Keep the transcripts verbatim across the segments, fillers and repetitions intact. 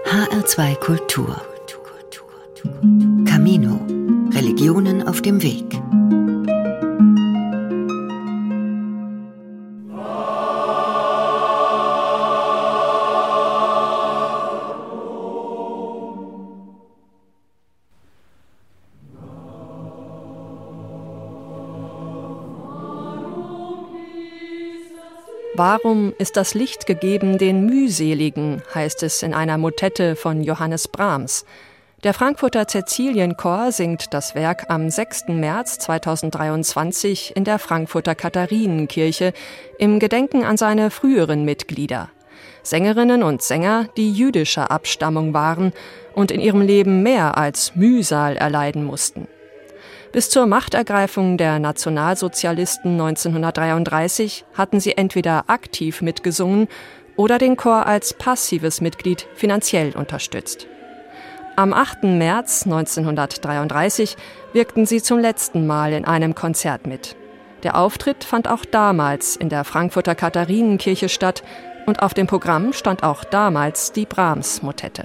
H R zwei Kultur. Camino. Religionen auf dem Weg. Warum ist das Licht gegeben den Mühseligen, heißt es in einer Motette von Johannes Brahms. Der Frankfurter Cäcilienchor singt das Werk am sechsten März zweitausenddreiundzwanzig in der Frankfurter Katharinenkirche im Gedenken an seine früheren Mitglieder. Sängerinnen und Sänger, die jüdischer Abstammung waren und in ihrem Leben mehr als Mühsal erleiden mussten. Bis zur Machtergreifung der Nationalsozialisten neunzehnhundertdreiunddreißig hatten sie entweder aktiv mitgesungen oder den Chor als passives Mitglied finanziell unterstützt. Am achten März neunzehnhundertdreiunddreißig wirkten sie zum letzten Mal in einem Konzert mit. Der Auftritt fand auch damals in der Frankfurter Katharinenkirche statt und auf dem Programm stand auch damals die Brahms-Motette.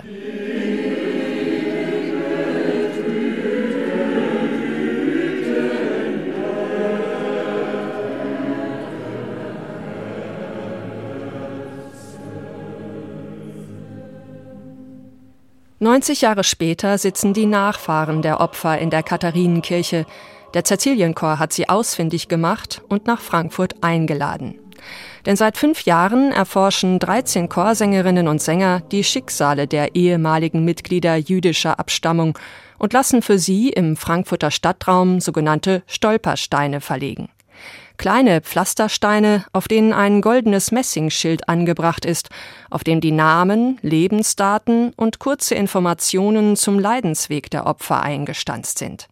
neunzig Jahre später sitzen die Nachfahren der Opfer in der Katharinenkirche. Der Cäcilienchor hat sie ausfindig gemacht und nach Frankfurt eingeladen. Denn seit fünf Jahren erforschen dreizehn Chorsängerinnen und Sänger die Schicksale der ehemaligen Mitglieder jüdischer Abstammung und lassen für sie im Frankfurter Stadtraum sogenannte Stolpersteine verlegen. Kleine Pflastersteine, auf denen ein goldenes Messingschild angebracht ist, auf dem die Namen, Lebensdaten und kurze Informationen zum Leidensweg der Opfer eingestanzt sind.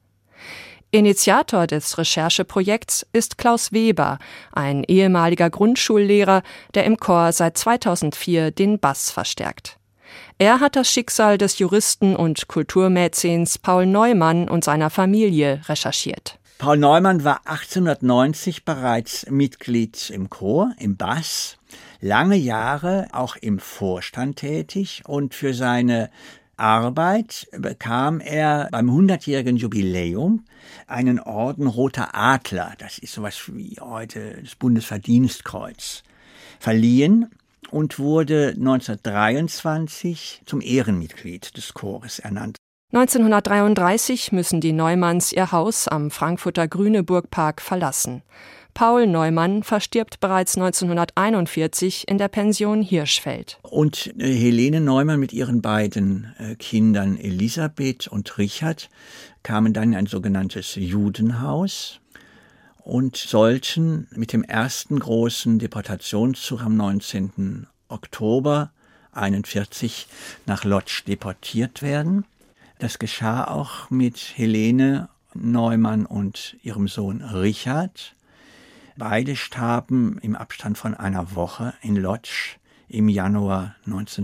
Initiator des Rechercheprojekts ist Klaus Weber, ein ehemaliger Grundschullehrer, der im Chor seit zweitausendvier den Bass verstärkt. Er hat das Schicksal des Juristen und Kulturmäzens Paul Neumann und seiner Familie recherchiert. Paul Neumann war achtzehnhundertneunzig bereits Mitglied im Chor, im Bass, lange Jahre auch im Vorstand tätig und für seine Arbeit bekam er beim hundertjährigen Jubiläum einen Orden Roter Adler, das ist sowas wie heute das Bundesverdienstkreuz, verliehen und wurde neunzehnhundertdreiundzwanzig zum Ehrenmitglied des Chores ernannt. neunzehnhundertdreiunddreißig müssen die Neumanns ihr Haus am Frankfurter Grüneburgpark verlassen. Paul Neumann verstirbt bereits neunzehnhunderteinundvierzig in der Pension Hirschfeld. Und Helene Neumann mit ihren beiden Kindern Elisabeth und Richard kamen dann in ein sogenanntes Judenhaus und sollten mit dem ersten großen Deportationszug am neunzehnten Oktober einundvierzig nach Lodz deportiert werden. Das geschah auch mit Helene Neumann und ihrem Sohn Richard. Beide starben im Abstand von einer Woche in Lodz im Januar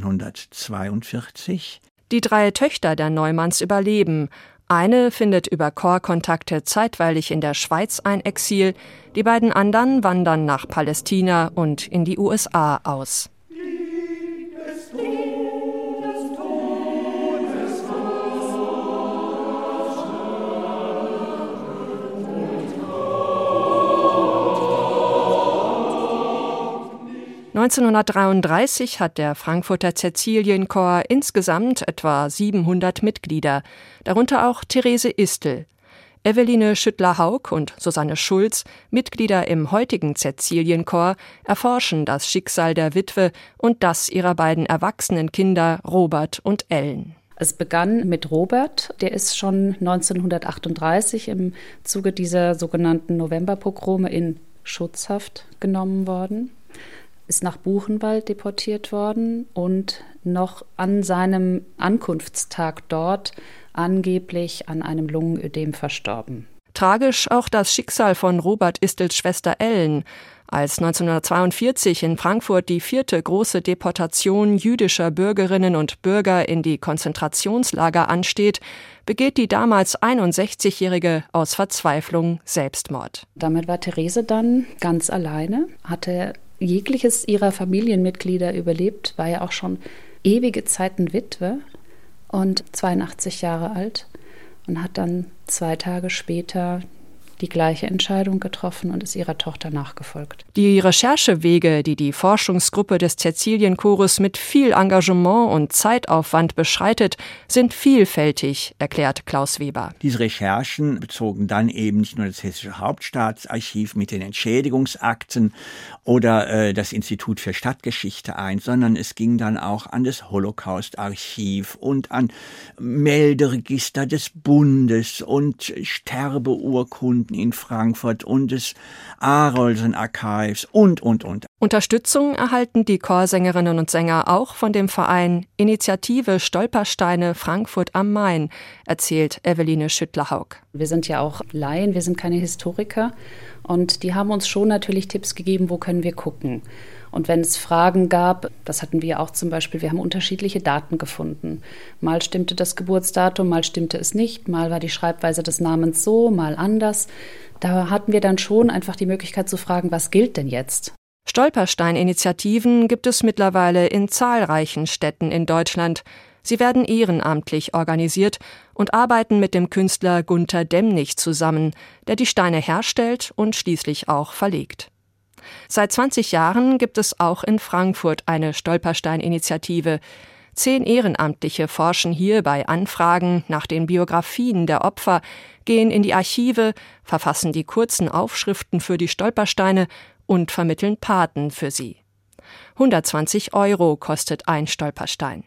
neunzehnhundertzweiundvierzig. Die drei Töchter der Neumanns überleben. Eine findet über Chorkontakte zeitweilig in der Schweiz ein Exil. Die beiden anderen wandern nach Palästina und in die U S A aus. neunzehnhundertdreiunddreißig hat der Frankfurter Cäcilienchor insgesamt etwa siebenhundert Mitglieder, darunter auch Therese Istel. Eveline Schüttler-Haug und Susanne Schulz, Mitglieder im heutigen Cäcilienchor, erforschen das Schicksal der Witwe und das ihrer beiden erwachsenen Kinder Robert und Ellen. Es begann mit Robert, der ist schon neunzehnhundertachtunddreißig im Zuge dieser sogenannten Novemberpogrome in Schutzhaft genommen worden, ist nach Buchenwald deportiert worden und noch an seinem Ankunftstag dort angeblich an einem Lungenödem verstorben. Tragisch auch das Schicksal von Robert Istels Schwester Ellen. Als neunzehnhundertzweiundvierzig in Frankfurt die vierte große Deportation jüdischer Bürgerinnen und Bürger in die Konzentrationslager ansteht, begeht die damals einundsechzigjährige aus Verzweiflung Selbstmord. Damit war Therese dann ganz alleine, hatte jegliches ihrer Familienmitglieder überlebt, war ja auch schon ewige Zeiten Witwe und zweiundachtzig Jahre alt und hat dann zwei Tage später die gleiche Entscheidung getroffen und ist ihrer Tochter nachgefolgt. Die Recherchewege, die die Forschungsgruppe des Cäcilienchores mit viel Engagement und Zeitaufwand beschreitet, sind vielfältig, erklärt Klaus Weber. Diese Recherchen bezogen dann eben nicht nur das Hessische Hauptstaatsarchiv mit den Entschädigungsakten oder äh, das Institut für Stadtgeschichte ein, sondern es ging dann auch an das Holocaustarchiv und an Melderegister des Bundes und Sterbeurkunden in Frankfurt und des Arolsen Archives und, und, und. Unterstützung erhalten die Chorsängerinnen und Sänger auch von dem Verein Initiative Stolpersteine Frankfurt am Main, erzählt Eveline Schüttler-Haug. Wir sind ja auch Laien, wir sind keine Historiker und die haben uns schon natürlich Tipps gegeben, wo können wir gucken. Und wenn es Fragen gab, das hatten wir auch zum Beispiel, wir haben unterschiedliche Daten gefunden. Mal stimmte das Geburtsdatum, mal stimmte es nicht, mal war die Schreibweise des Namens so, mal anders. Da hatten wir dann schon einfach die Möglichkeit zu fragen, was gilt denn jetzt? Stolperstein-Initiativen gibt es mittlerweile in zahlreichen Städten in Deutschland. Sie werden ehrenamtlich organisiert und arbeiten mit dem Künstler Gunter Demnig zusammen, der die Steine herstellt und schließlich auch verlegt. Seit zwanzig Jahren gibt es auch in Frankfurt eine Stolperstein-Initiative. Zehn Ehrenamtliche forschen hier bei Anfragen nach den Biografien der Opfer, gehen in die Archive, verfassen die kurzen Aufschriften für die Stolpersteine und vermitteln Paten für sie. hundertzwanzig Euro kostet ein Stolperstein.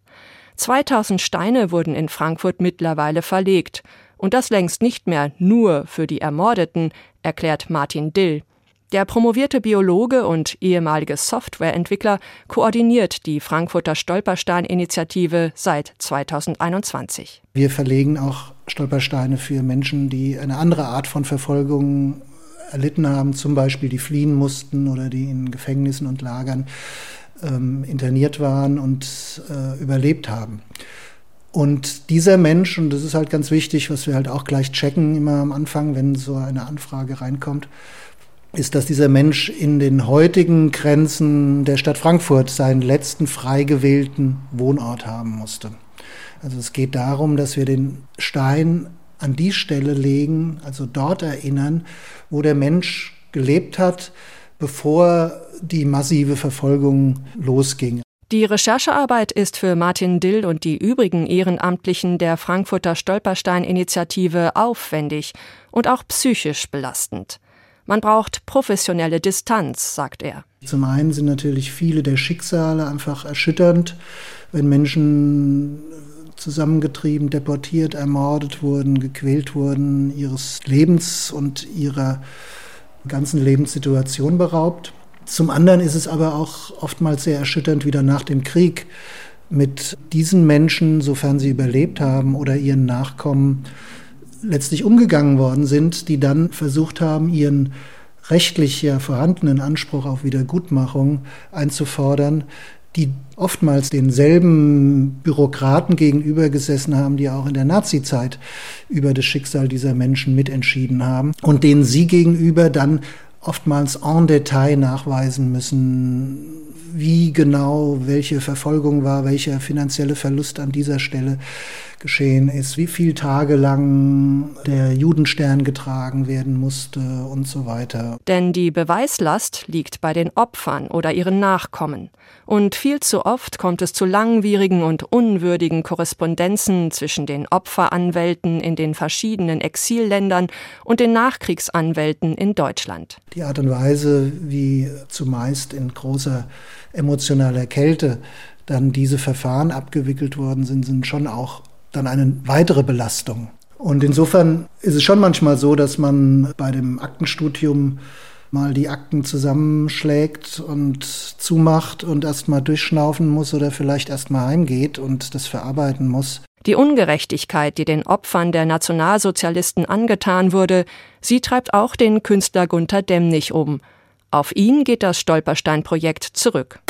zweitausend Steine wurden in Frankfurt mittlerweile verlegt. Und das längst nicht mehr nur für die Ermordeten, erklärt Martin Dill. Der promovierte Biologe und ehemalige Softwareentwickler koordiniert die Frankfurter Stolperstein-Initiative seit zweitausendeinundzwanzig. Wir verlegen auch Stolpersteine für Menschen, die eine andere Art von Verfolgung erlitten haben, zum Beispiel die fliehen mussten oder die in Gefängnissen und Lagern ähm, interniert waren und äh, überlebt haben. Und dieser Mensch, und das ist halt ganz wichtig, was wir halt auch gleich checken immer am Anfang, wenn so eine Anfrage reinkommt, ist, dass dieser Mensch in den heutigen Grenzen der Stadt Frankfurt seinen letzten frei gewählten Wohnort haben musste. Also es geht darum, dass wir den Stein an die Stelle legen, also dort erinnern, wo der Mensch gelebt hat, bevor die massive Verfolgung losging. Die Recherchearbeit ist für Martin Dill und die übrigen Ehrenamtlichen der Frankfurter Stolperstein-Initiative aufwendig und auch psychisch belastend. Man braucht professionelle Distanz, sagt er. Zum einen sind natürlich viele der Schicksale einfach erschütternd, wenn Menschen zusammengetrieben, deportiert, ermordet wurden, gequält wurden, ihres Lebens und ihrer ganzen Lebenssituation beraubt. Zum anderen ist es aber auch oftmals sehr erschütternd, wieder nach dem Krieg mit diesen Menschen, sofern sie überlebt haben oder ihren Nachkommen, letztlich umgegangen worden sind, die dann versucht haben, ihren rechtlich ja vorhandenen Anspruch auf Wiedergutmachung einzufordern, die oftmals denselben Bürokraten gegenüber gesessen haben, die auch in der Nazizeit über das Schicksal dieser Menschen mitentschieden haben und denen sie gegenüber dann oftmals en Detail nachweisen müssen, wie genau welche Verfolgung war, welcher finanzielle Verlust an dieser Stelle geschehen ist, wie viele Tage lang der Judenstern getragen werden musste und so weiter. Denn die Beweislast liegt bei den Opfern oder ihren Nachkommen. Und viel zu oft kommt es zu langwierigen und unwürdigen Korrespondenzen zwischen den Opferanwälten in den verschiedenen Exilländern und den Nachkriegsanwälten in Deutschland. Die Art und Weise, wie zumeist in großer emotionaler Kälte dann diese Verfahren abgewickelt worden sind, sind schon auch dann eine weitere Belastung. Und insofern ist es schon manchmal so, dass man bei dem Aktenstudium mal die Akten zusammenschlägt und zumacht und erst mal durchschnaufen muss oder vielleicht erst mal heimgeht und das verarbeiten muss. Die Ungerechtigkeit, die den Opfern der Nationalsozialisten angetan wurde, sie treibt auch den Künstler Gunter Demnig um. Auf ihn geht das Stolperstein-Projekt zurück.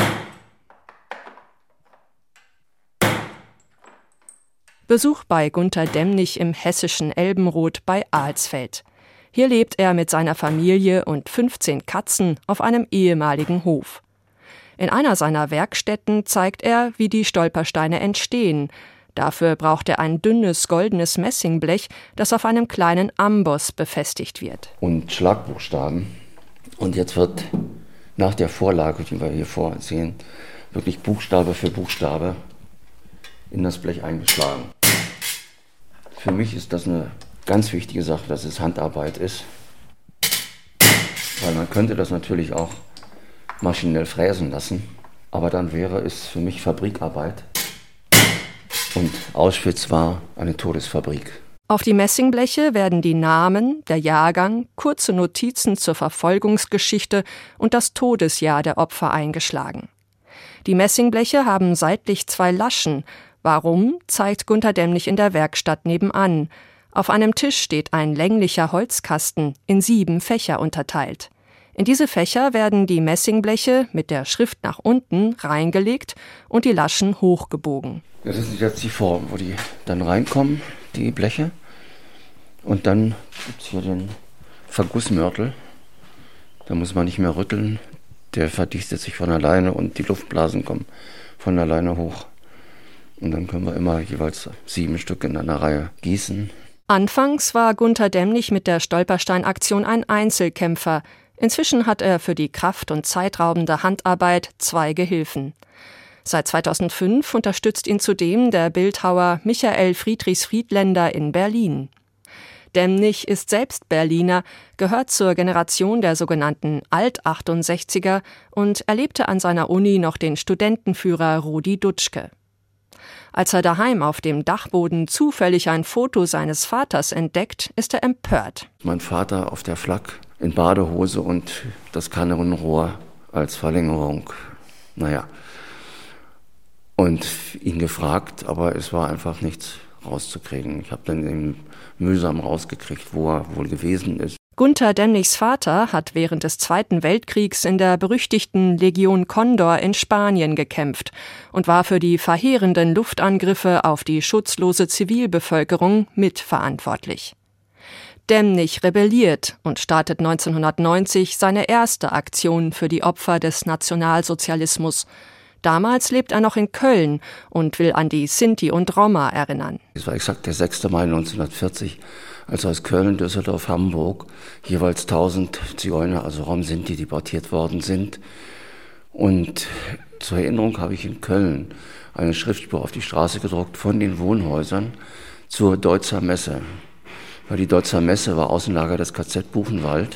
Besuch bei Gunter Demnig im hessischen Elbenroth bei Alsfeld. Hier lebt er mit seiner Familie und fünfzehn Katzen auf einem ehemaligen Hof. In einer seiner Werkstätten zeigt er, wie die Stolpersteine entstehen. Dafür braucht er ein dünnes, goldenes Messingblech, das auf einem kleinen Amboss befestigt wird. Und Schlagbuchstaben. Und jetzt wird nach der Vorlage, die wir hier vorsehen, wirklich Buchstabe für Buchstabe in das Blech eingeschlagen. Für mich ist das eine ganz wichtige Sache, dass es Handarbeit ist. Weil man könnte das natürlich auch maschinell fräsen lassen, aber dann wäre es für mich Fabrikarbeit. Und Auschwitz war eine Todesfabrik. Auf die Messingbleche werden die Namen, der Jahrgang, kurze Notizen zur Verfolgungsgeschichte und das Todesjahr der Opfer eingeschlagen. Die Messingbleche haben seitlich zwei Laschen. Warum, zeigt Gunter Dämmlich in der Werkstatt nebenan. Auf einem Tisch steht ein länglicher Holzkasten, in sieben Fächer unterteilt. In diese Fächer werden die Messingbleche mit der Schrift nach unten reingelegt und die Laschen hochgebogen. Das ist jetzt die Form, wo die dann reinkommen, die Bleche. Und dann gibt es hier den Vergussmörtel. Da muss man nicht mehr rütteln. Der verdichtet sich von alleine und die Luftblasen kommen von alleine hoch. Und dann können wir immer jeweils sieben Stück in einer Reihe gießen. Anfangs war Gunter Dämmlich mit der Stolperstein-Aktion ein Einzelkämpfer. Inzwischen hat er für die kraft- und zeitraubende Handarbeit zwei Gehilfen. Seit zweitausendfünf unterstützt ihn zudem der Bildhauer Michael Friedrichs Friedländer in Berlin. Dämmlich ist selbst Berliner, gehört zur Generation der sogenannten Alt-achtundsechziger und erlebte an seiner Uni noch den Studentenführer Rudi Dutschke. Als er daheim auf dem Dachboden zufällig ein Foto seines Vaters entdeckt, ist er empört. Mein Vater auf der Flak in Badehose und das Kanonenrohr als Verlängerung. Naja. Und ihn gefragt, aber es war einfach nichts rauszukriegen. Ich habe dann eben mühsam rausgekriegt, wo er wohl gewesen ist. Gunter Dämmlichs Vater hat während des Zweiten Weltkriegs in der berüchtigten Legion Condor in Spanien gekämpft und war für die verheerenden Luftangriffe auf die schutzlose Zivilbevölkerung mitverantwortlich. Dämmlich rebelliert und startet neunzehnhundertneunzig seine erste Aktion für die Opfer des Nationalsozialismus. Damals lebt er noch in Köln und will an die Sinti und Roma erinnern. Es war exakt der sechster Mai neunzehnhundertvierzig, als aus Köln, Düsseldorf, Hamburg jeweils tausend Zigeuner, also Rom-Sinti, deportiert worden sind. Und zur Erinnerung habe ich in Köln eine Schriftspur auf die Straße gedruckt von den Wohnhäusern zur Deutzer Messe. Weil die Deutzer Messe war Außenlager des K Z Buchenwald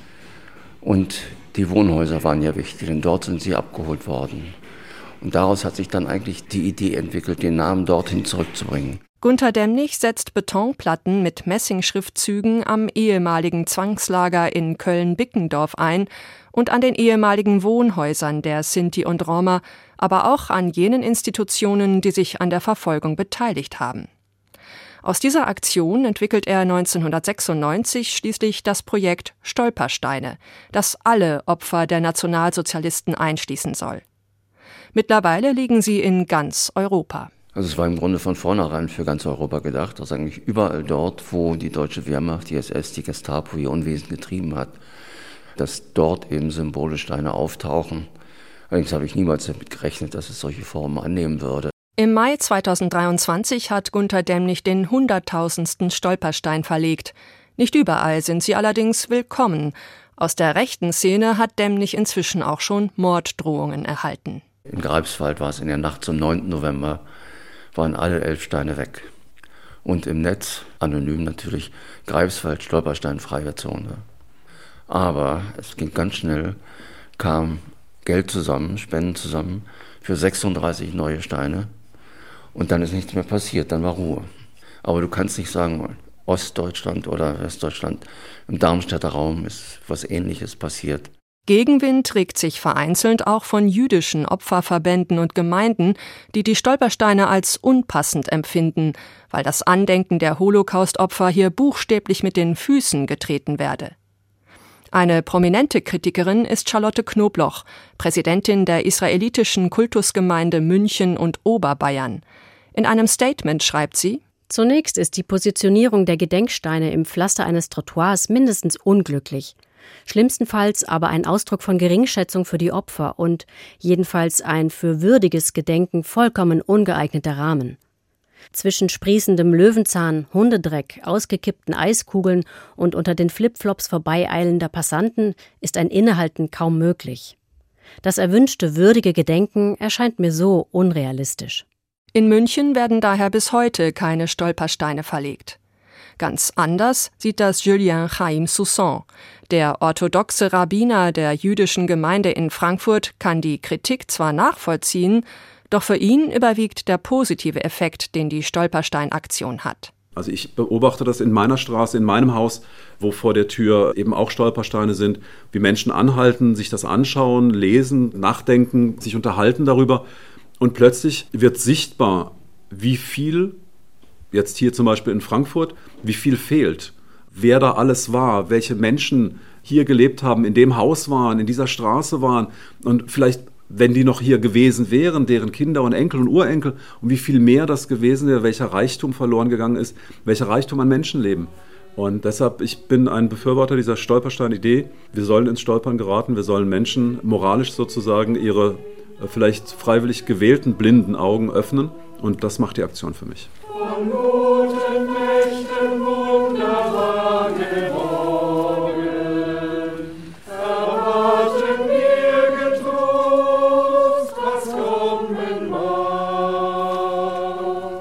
und die Wohnhäuser waren ja wichtig, denn dort sind sie abgeholt worden. Und daraus hat sich dann eigentlich die Idee entwickelt, den Namen dorthin zurückzubringen. Gunter Dämmlich setzt Betonplatten mit Messingschriftzügen am ehemaligen Zwangslager in Köln-Bickendorf ein und an den ehemaligen Wohnhäusern der Sinti und Roma, aber auch an jenen Institutionen, die sich an der Verfolgung beteiligt haben. Aus dieser Aktion entwickelt er neunzehnhundertsechsundneunzig schließlich das Projekt Stolpersteine, das alle Opfer der Nationalsozialisten einschließen soll. Mittlerweile liegen sie in ganz Europa. Also es war im Grunde von vornherein für ganz Europa gedacht, dass eigentlich überall dort, wo die deutsche Wehrmacht, die S S, die Gestapo ihr Unwesen getrieben hat, dass dort eben symbolisch Steine auftauchen. Allerdings habe ich niemals damit gerechnet, dass es solche Formen annehmen würde. Im Mai zweitausenddreiundzwanzig hat Gunter Dämmlich den hunderttausendsten Stolperstein verlegt. Nicht überall sind sie allerdings willkommen. Aus der rechten Szene hat Dämmlich inzwischen auch schon Morddrohungen erhalten. In Greifswald war es in der Nacht zum neunten November, waren alle elf Steine weg. Und im Netz, anonym natürlich, Greifswald, Stolperstein, freie Zone. Aber es ging ganz schnell, kam Geld zusammen, Spenden zusammen für sechsunddreißig neue Steine. Und dann ist nichts mehr passiert, dann war Ruhe. Aber du kannst nicht sagen, Ostdeutschland oder Westdeutschland, im Darmstädter Raum ist was Ähnliches passiert. Gegenwind regt sich vereinzelt auch von jüdischen Opferverbänden und Gemeinden, die die Stolpersteine als unpassend empfinden, weil das Andenken der Holocaust-Opfer hier buchstäblich mit den Füßen getreten werde. Eine prominente Kritikerin ist Charlotte Knobloch, Präsidentin der israelitischen Kultusgemeinde München und Oberbayern. In einem Statement schreibt sie: Zunächst ist die Positionierung der Gedenksteine im Pflaster eines Trottoirs mindestens unglücklich. Schlimmstenfalls aber ein Ausdruck von Geringschätzung für die Opfer und jedenfalls ein für würdiges Gedenken vollkommen ungeeigneter Rahmen. Zwischen sprießendem Löwenzahn, Hundedreck, ausgekippten Eiskugeln und unter den Flipflops vorbeieilender Passanten ist ein Innehalten kaum möglich. Das erwünschte würdige Gedenken erscheint mir so unrealistisch. In München werden daher bis heute keine Stolpersteine verlegt. Ganz anders sieht das Julien Chaim Soussan. Der orthodoxe Rabbiner der jüdischen Gemeinde in Frankfurt kann die Kritik zwar nachvollziehen, doch für ihn überwiegt der positive Effekt, den die Stolperstein-Aktion hat. Also ich beobachte das in meiner Straße, in meinem Haus, wo vor der Tür eben auch Stolpersteine sind, wie Menschen anhalten, sich das anschauen, lesen, nachdenken, sich unterhalten darüber. Und plötzlich wird sichtbar, wie viel, jetzt hier zum Beispiel in Frankfurt, wie viel fehlt. Wer da alles war, welche Menschen hier gelebt haben, in dem Haus waren, in dieser Straße waren und vielleicht, wenn die noch hier gewesen wären, deren Kinder und Enkel und Urenkel und wie viel mehr das gewesen wäre, welcher Reichtum verloren gegangen ist, welcher Reichtum an Menschenleben. Und deshalb, ich bin ein Befürworter dieser Stolperstein-Idee. Wir sollen ins Stolpern geraten, wir sollen Menschen moralisch sozusagen ihre äh, vielleicht freiwillig gewählten blinden Augen öffnen und das macht die Aktion für mich. Von guten Mächten wunderbar geworden, erwarten wir getrost, was kommen mag.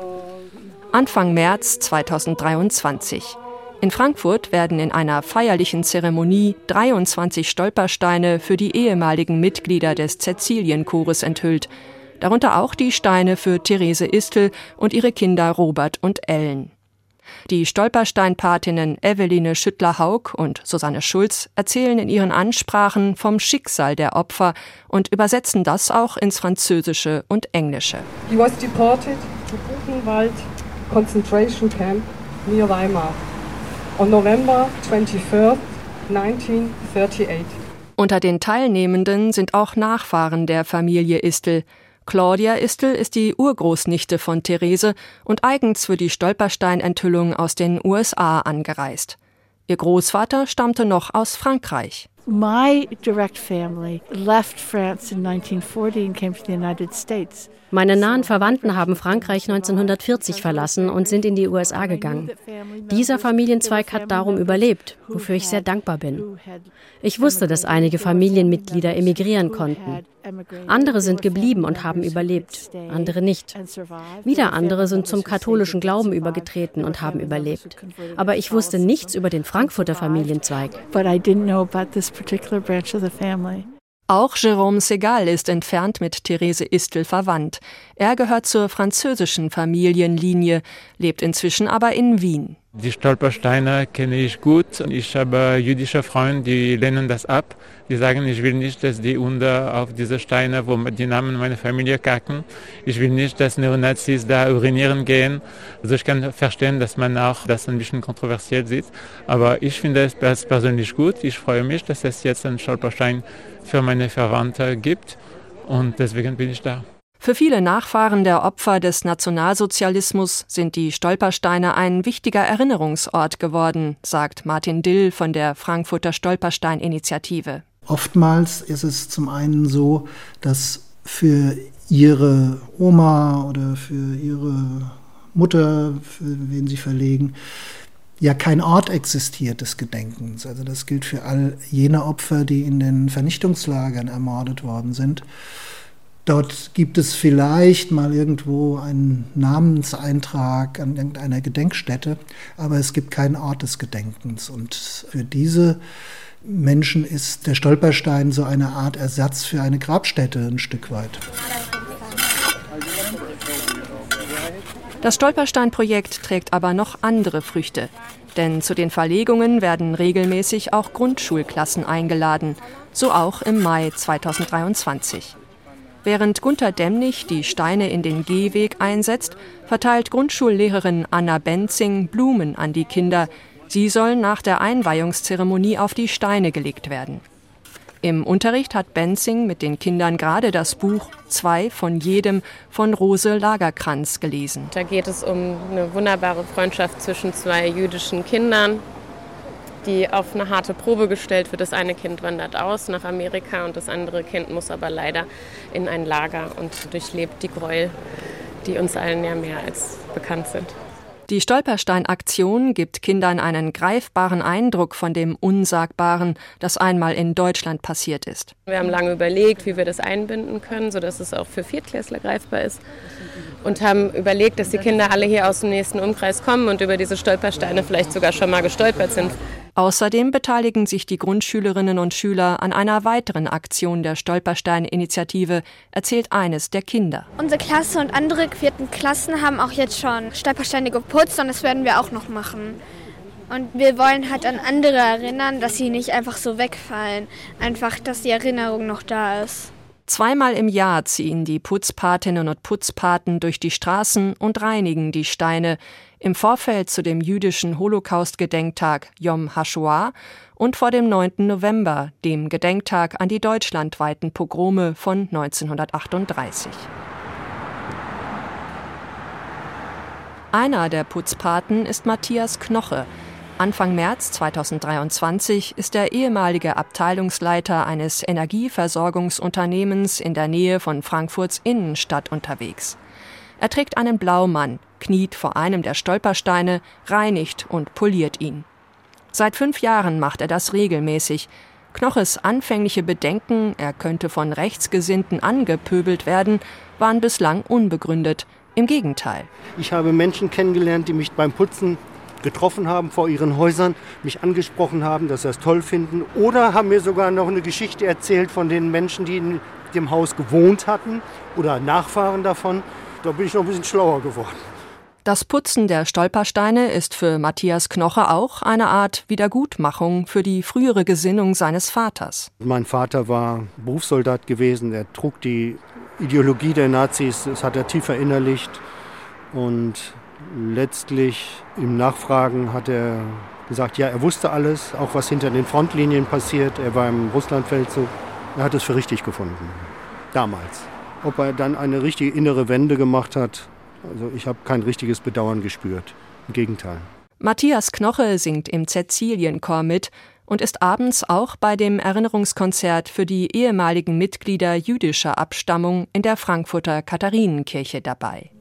Anfang März zweitausenddreiundzwanzig. In Frankfurt werden in einer feierlichen Zeremonie dreiundzwanzig Stolpersteine für die ehemaligen Mitglieder des Cäcilienchores enthüllt, darunter auch die Steine für Therese Istel und ihre Kinder Robert und Ellen. Die Stolperstein-Patinnen Eveline Schüttler-Haug und Susanne Schulz erzählen in ihren Ansprachen vom Schicksal der Opfer und übersetzen das auch ins Französische und Englische. He was deported to Buchenwald concentration camp near Weimar on November twenty-third, nineteen thirty-eight. Unter den Teilnehmenden sind auch Nachfahren der Familie Istel. Claudia Istel ist die Urgroßnichte von Therese und eigens für die Stolperstein-Enthüllung aus den U S A angereist. Ihr Großvater stammte noch aus Frankreich. My direct family left France in nineteen forty and came to the United States. Meine nahen Verwandten haben Frankreich neunzehnhundertvierzig verlassen und sind in die U S A gegangen. Dieser Familienzweig hat darum überlebt, wofür ich sehr dankbar bin. Ich wusste, dass einige Familienmitglieder emigrieren konnten. Andere sind geblieben und haben überlebt, andere nicht. Wieder andere sind zum katholischen Glauben übergetreten und haben überlebt. Aber ich wusste nichts über den Frankfurter Familienzweig. But I didn't know about this particular branch of the family. Auch Jérôme Segal ist entfernt mit Therese Istel verwandt. Er gehört zur französischen Familienlinie, lebt inzwischen aber in Wien. Die Stolpersteine kenne ich gut. Ich habe jüdische Freunde, die lehnen das ab. Die sagen, ich will nicht, dass die Hunde auf diese Steine, wo die Namen meiner Familie kacken. Ich will nicht, dass Neonazis da urinieren gehen. Also ich kann verstehen, dass man auch das ein bisschen kontroversiell sieht. Aber ich finde es persönlich gut. Ich freue mich, dass es jetzt einen Stolperstein für meine Verwandten gibt. Und deswegen bin ich da. Für viele Nachfahren der Opfer des Nationalsozialismus sind die Stolpersteine ein wichtiger Erinnerungsort geworden, sagt Martin Dill von der Frankfurter Stolperstein-Initiative. Oftmals ist es zum einen so, dass für ihre Oma oder für ihre Mutter, für wen sie verlegen, ja kein Ort existiert des Gedenkens. Also das gilt für all jene Opfer, die in den Vernichtungslagern ermordet worden sind. Dort gibt es vielleicht mal irgendwo einen Namenseintrag an irgendeiner Gedenkstätte, aber es gibt keinen Ort des Gedenkens. Und für diese Menschen ist der Stolperstein so eine Art Ersatz für eine Grabstätte ein Stück weit. Das Stolperstein-Projekt trägt aber noch andere Früchte. Denn zu den Verlegungen werden regelmäßig auch Grundschulklassen eingeladen, so auch im Mai zweitausenddreiundzwanzig. Während Gunter Demnig die Steine in den Gehweg einsetzt, verteilt Grundschullehrerin Anna Benzing Blumen an die Kinder. Sie sollen nach der Einweihungszeremonie auf die Steine gelegt werden. Im Unterricht hat Benzing mit den Kindern gerade das Buch Zwei von jedem von Rose Lagercrantz gelesen. Da geht es um eine wunderbare Freundschaft zwischen zwei jüdischen Kindern, die auf eine harte Probe gestellt wird. Das eine Kind wandert aus nach Amerika und das andere Kind muss aber leider in ein Lager und durchlebt die Gräuel, die uns allen ja mehr als bekannt sind. Die Stolperstein-Aktion gibt Kindern einen greifbaren Eindruck von dem Unsagbaren, das einmal in Deutschland passiert ist. Wir haben lange überlegt, wie wir das einbinden können, sodass es auch für Viertklässler greifbar ist. Und haben überlegt, dass die Kinder alle hier aus dem nächsten Umkreis kommen und über diese Stolpersteine vielleicht sogar schon mal gestolpert sind. Außerdem beteiligen sich die Grundschülerinnen und Schüler an einer weiteren Aktion der Stolperstein-Initiative, erzählt eines der Kinder. Unsere Klasse und andere vierten Klassen haben auch jetzt schon Stolpersteine geputzt und das werden wir auch noch machen. Und wir wollen halt an andere erinnern, dass sie nicht einfach so wegfallen, einfach, dass die Erinnerung noch da ist. Zweimal im Jahr ziehen die Putzpatinnen und Putzpaten durch die Straßen und reinigen die Steine im Vorfeld zu dem jüdischen Holocaust-Gedenktag Yom HaShoah und vor dem neunten November, dem Gedenktag an die deutschlandweiten Pogrome von neunzehnhundertachtunddreißig. Einer der Putzpaten ist Matthias Knoche. Anfang März zweitausenddreiundzwanzig ist der ehemalige Abteilungsleiter eines Energieversorgungsunternehmens in der Nähe von Frankfurts Innenstadt unterwegs. Er trägt einen Blaumann, kniet vor einem der Stolpersteine, reinigt und poliert ihn. Seit fünf Jahren macht er das regelmäßig. Knoches anfängliche Bedenken, er könnte von Rechtsgesinnten angepöbelt werden, waren bislang unbegründet. Im Gegenteil. Ich habe Menschen kennengelernt, die mich beim Putzen getroffen haben vor ihren Häusern, mich angesprochen haben, dass sie das toll finden oder haben mir sogar noch eine Geschichte erzählt von den Menschen, die in dem Haus gewohnt hatten oder Nachfahren davon. Da bin ich noch ein bisschen schlauer geworden. Das Putzen der Stolpersteine ist für Matthias Knoche auch eine Art Wiedergutmachung für die frühere Gesinnung seines Vaters. Mein Vater war Berufssoldat gewesen, er trug die Ideologie der Nazis, das hat er tief verinnerlicht und letztlich im Nachfragen hat er gesagt, ja, er wusste alles, auch was hinter den Frontlinien passiert. Er war im Russlandfeldzug. Er hat es für richtig gefunden, damals. Ob er dann eine richtige innere Wende gemacht hat, also ich habe kein richtiges Bedauern gespürt. Im Gegenteil. Matthias Knoche singt im Cäcilienchor mit und ist abends auch bei dem Erinnerungskonzert für die ehemaligen Mitglieder jüdischer Abstammung in der Frankfurter Katharinenkirche dabei.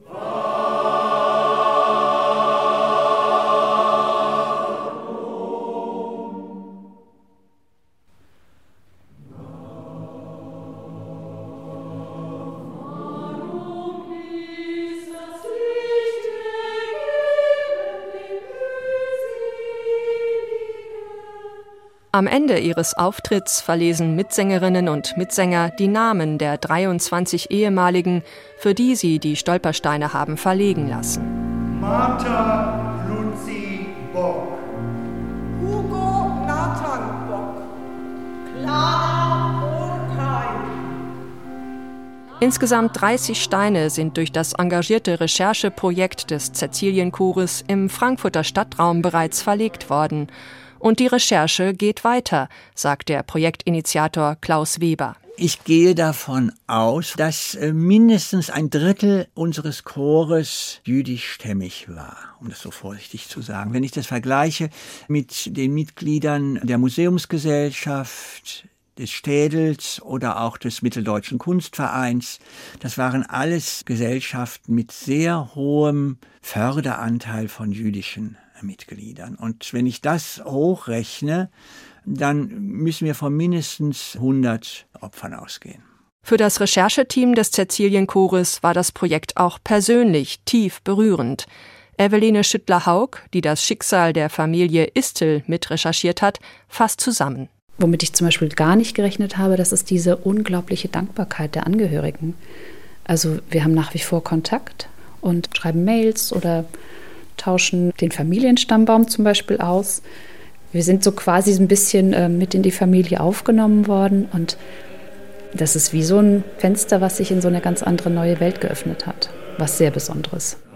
Am Ende ihres Auftritts verlesen Mitsängerinnen und Mitsänger die Namen der dreiundzwanzig Ehemaligen, für die sie die Stolpersteine haben verlegen lassen. Martha Luzi Bock, Hugo Nathan Bock, Clara Hohlkeim. Insgesamt dreißig Steine sind durch das engagierte Rechercheprojekt des Cäcilienchores im Frankfurter Stadtraum bereits verlegt worden. Und die Recherche geht weiter, sagt der Projektinitiator Klaus Weber. Ich gehe davon aus, dass mindestens ein Drittel unseres Chores jüdischstämmig war, um das so vorsichtig zu sagen. Wenn ich das vergleiche mit den Mitgliedern der Museumsgesellschaft, des Städels oder auch des Mitteldeutschen Kunstvereins, das waren alles Gesellschaften mit sehr hohem Förderanteil von jüdischen Mitgliedern. Und wenn ich das hochrechne, dann müssen wir von mindestens hundert Opfern ausgehen. Für das Rechercheteam des Cäcilienchores war das Projekt auch persönlich tief berührend. Eveline Schüttler-Haug, die das Schicksal der Familie Istel mitrecherchiert hat, fasst zusammen. Womit ich zum Beispiel gar nicht gerechnet habe, das ist diese unglaubliche Dankbarkeit der Angehörigen. Also wir haben nach wie vor Kontakt und schreiben Mails oder tauschen den Familienstammbaum zum Beispiel aus. Wir sind so quasi ein bisschen äh, mit in die Familie aufgenommen worden und das ist wie so ein Fenster, was sich in so eine ganz andere neue Welt geöffnet hat, was sehr Besonderes.